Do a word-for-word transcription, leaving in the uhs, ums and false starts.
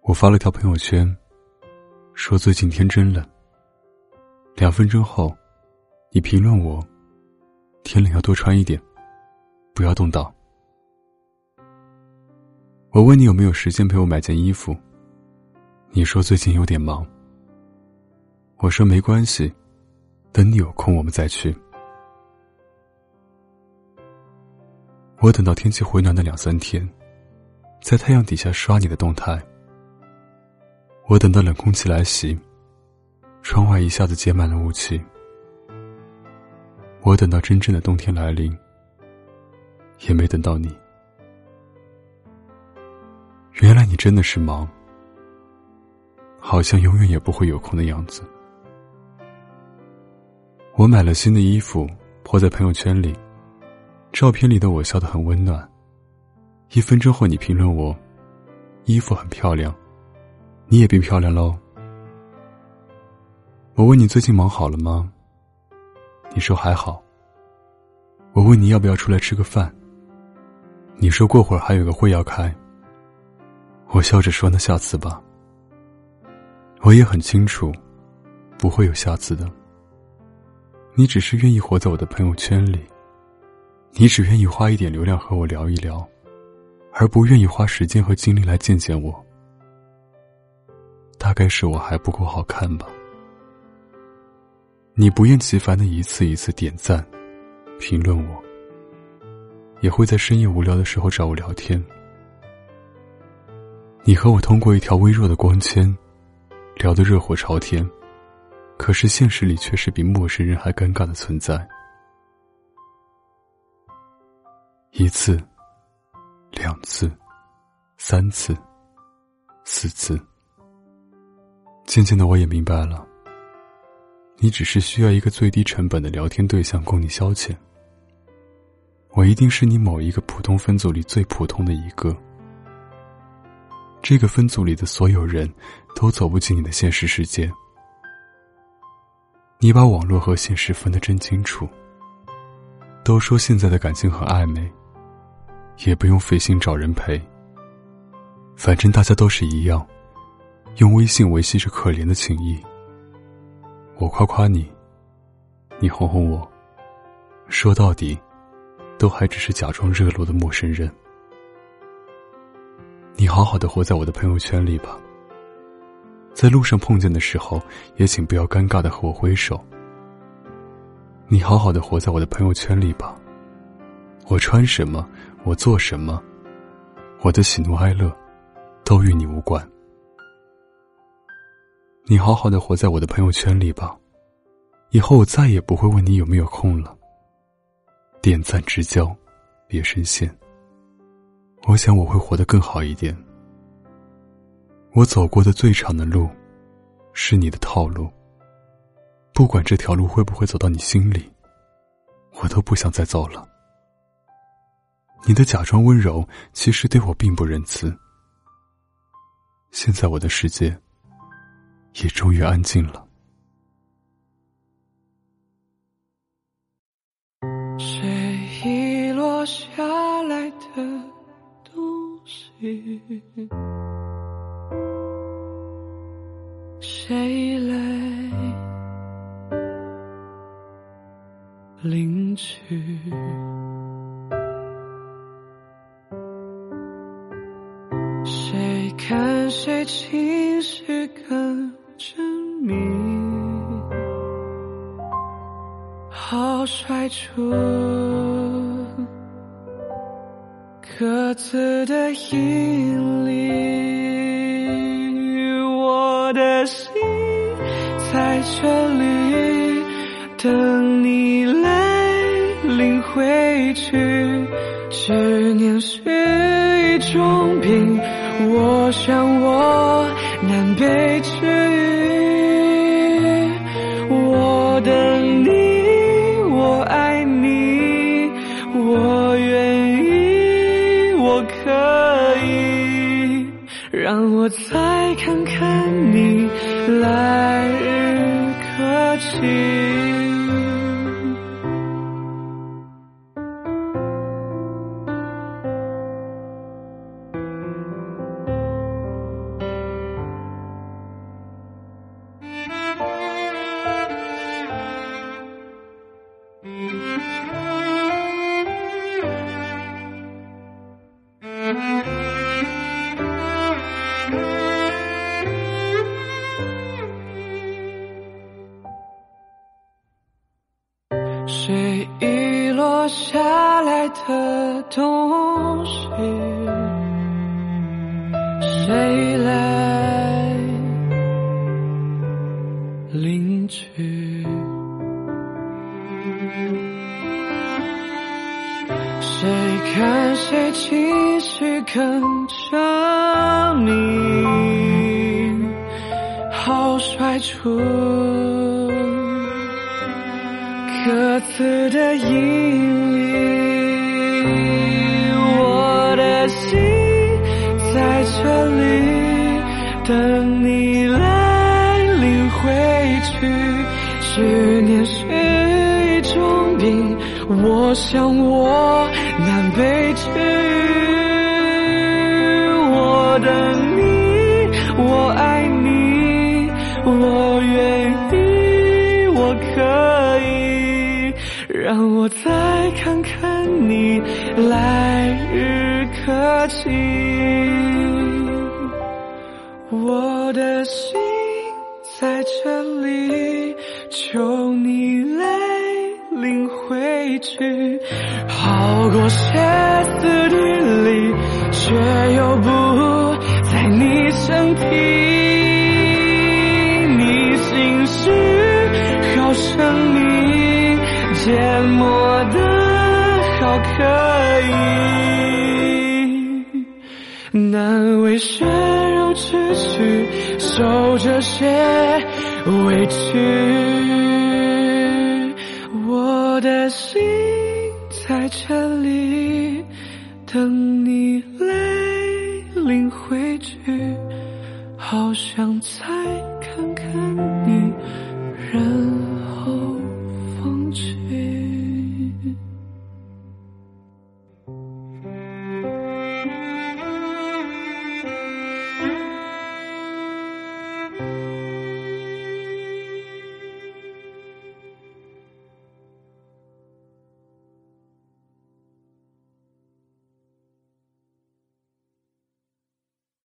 我发了条朋友圈，说最近天真冷。两分钟后，你评论我，天冷要多穿一点，不要冻到。我问你有没有时间陪我买件衣服，你说最近有点忙。我说没关系，等你有空我们再去。我等到天气回暖的两三天，在太阳底下刷你的动态。我等到冷空气来袭，窗外一下子结满了雾气。我等到真正的冬天来临，也没等到你。原来你真的是忙，好像永远也不会有空的样子。我买了新的衣服泼在朋友圈里，照片里的我笑得很温暖。一分钟后你评论我，衣服很漂亮，你也变漂亮喽。我问你最近忙好了吗？你说还好。我问你要不要出来吃个饭，你说过会儿还有个会要开。我笑着说那下次吧。我也很清楚，不会有下次的。你只是愿意活在我的朋友圈里，你只愿意花一点流量和我聊一聊，而不愿意花时间和精力来见见我。大概是我还不够好看吧。你不厌其烦地一次一次点赞评论我，也会在深夜无聊的时候找我聊天。你和我通过一条微弱的光纤聊得热火朝天，可是现实里却是比陌生人还尴尬的存在。一次，两次，三次，四次，渐渐的我也明白了，你只是需要一个最低成本的聊天对象供你消遣。我一定是你某一个普通分组里最普通的一个，这个分组里的所有人都走不进你的现实世界。你把网络和现实分得真清楚。都说现在的感情很暧昧，也不用费心找人陪，反正大家都是一样，用微信维系着可怜的情谊。我夸夸你，你哄哄我，说到底都还只是假装热络的陌生人。你好好的活在我的朋友圈里吧，在路上碰见的时候也请不要尴尬的和我挥手。你好好的活在我的朋友圈里吧，我穿什么，我做什么，我的喜怒哀乐都与你无关。你好好的活在我的朋友圈里吧，以后我再也不会问你有没有空了。点赞之交，别深陷。我想我会活得更好一点。我走过的最长的路，是你的套路。不管这条路会不会走到你心里，我都不想再走了。你的假装温柔，其实对我并不仁慈。现在我的世界也终于安静了。 谁遗落下来的东西，谁来领取？谁看谁情绪更缜密，好甩出各自的引力。我的心在这里等你来领回去，执念是一种病，我想我难被治愈。我等你，我爱你，我愿意，我可以，让我再看看你来日可期。 落下来的东西，谁来领取？谁看谁情绪更狰狞，好甩出各自的引力。我的心在这里等你来领回去，执念是一种病，我想我难被治愈。我等你，我爱你，我愿意，我可以，让我再看看你来日可期。我的心在这里，求你来领回去，好过歇斯底里，却又不在你身体。你心是好生命，缄默的好可以，难为血肉之躯，受这些委屈。我的心在这里等你来领回去，好想再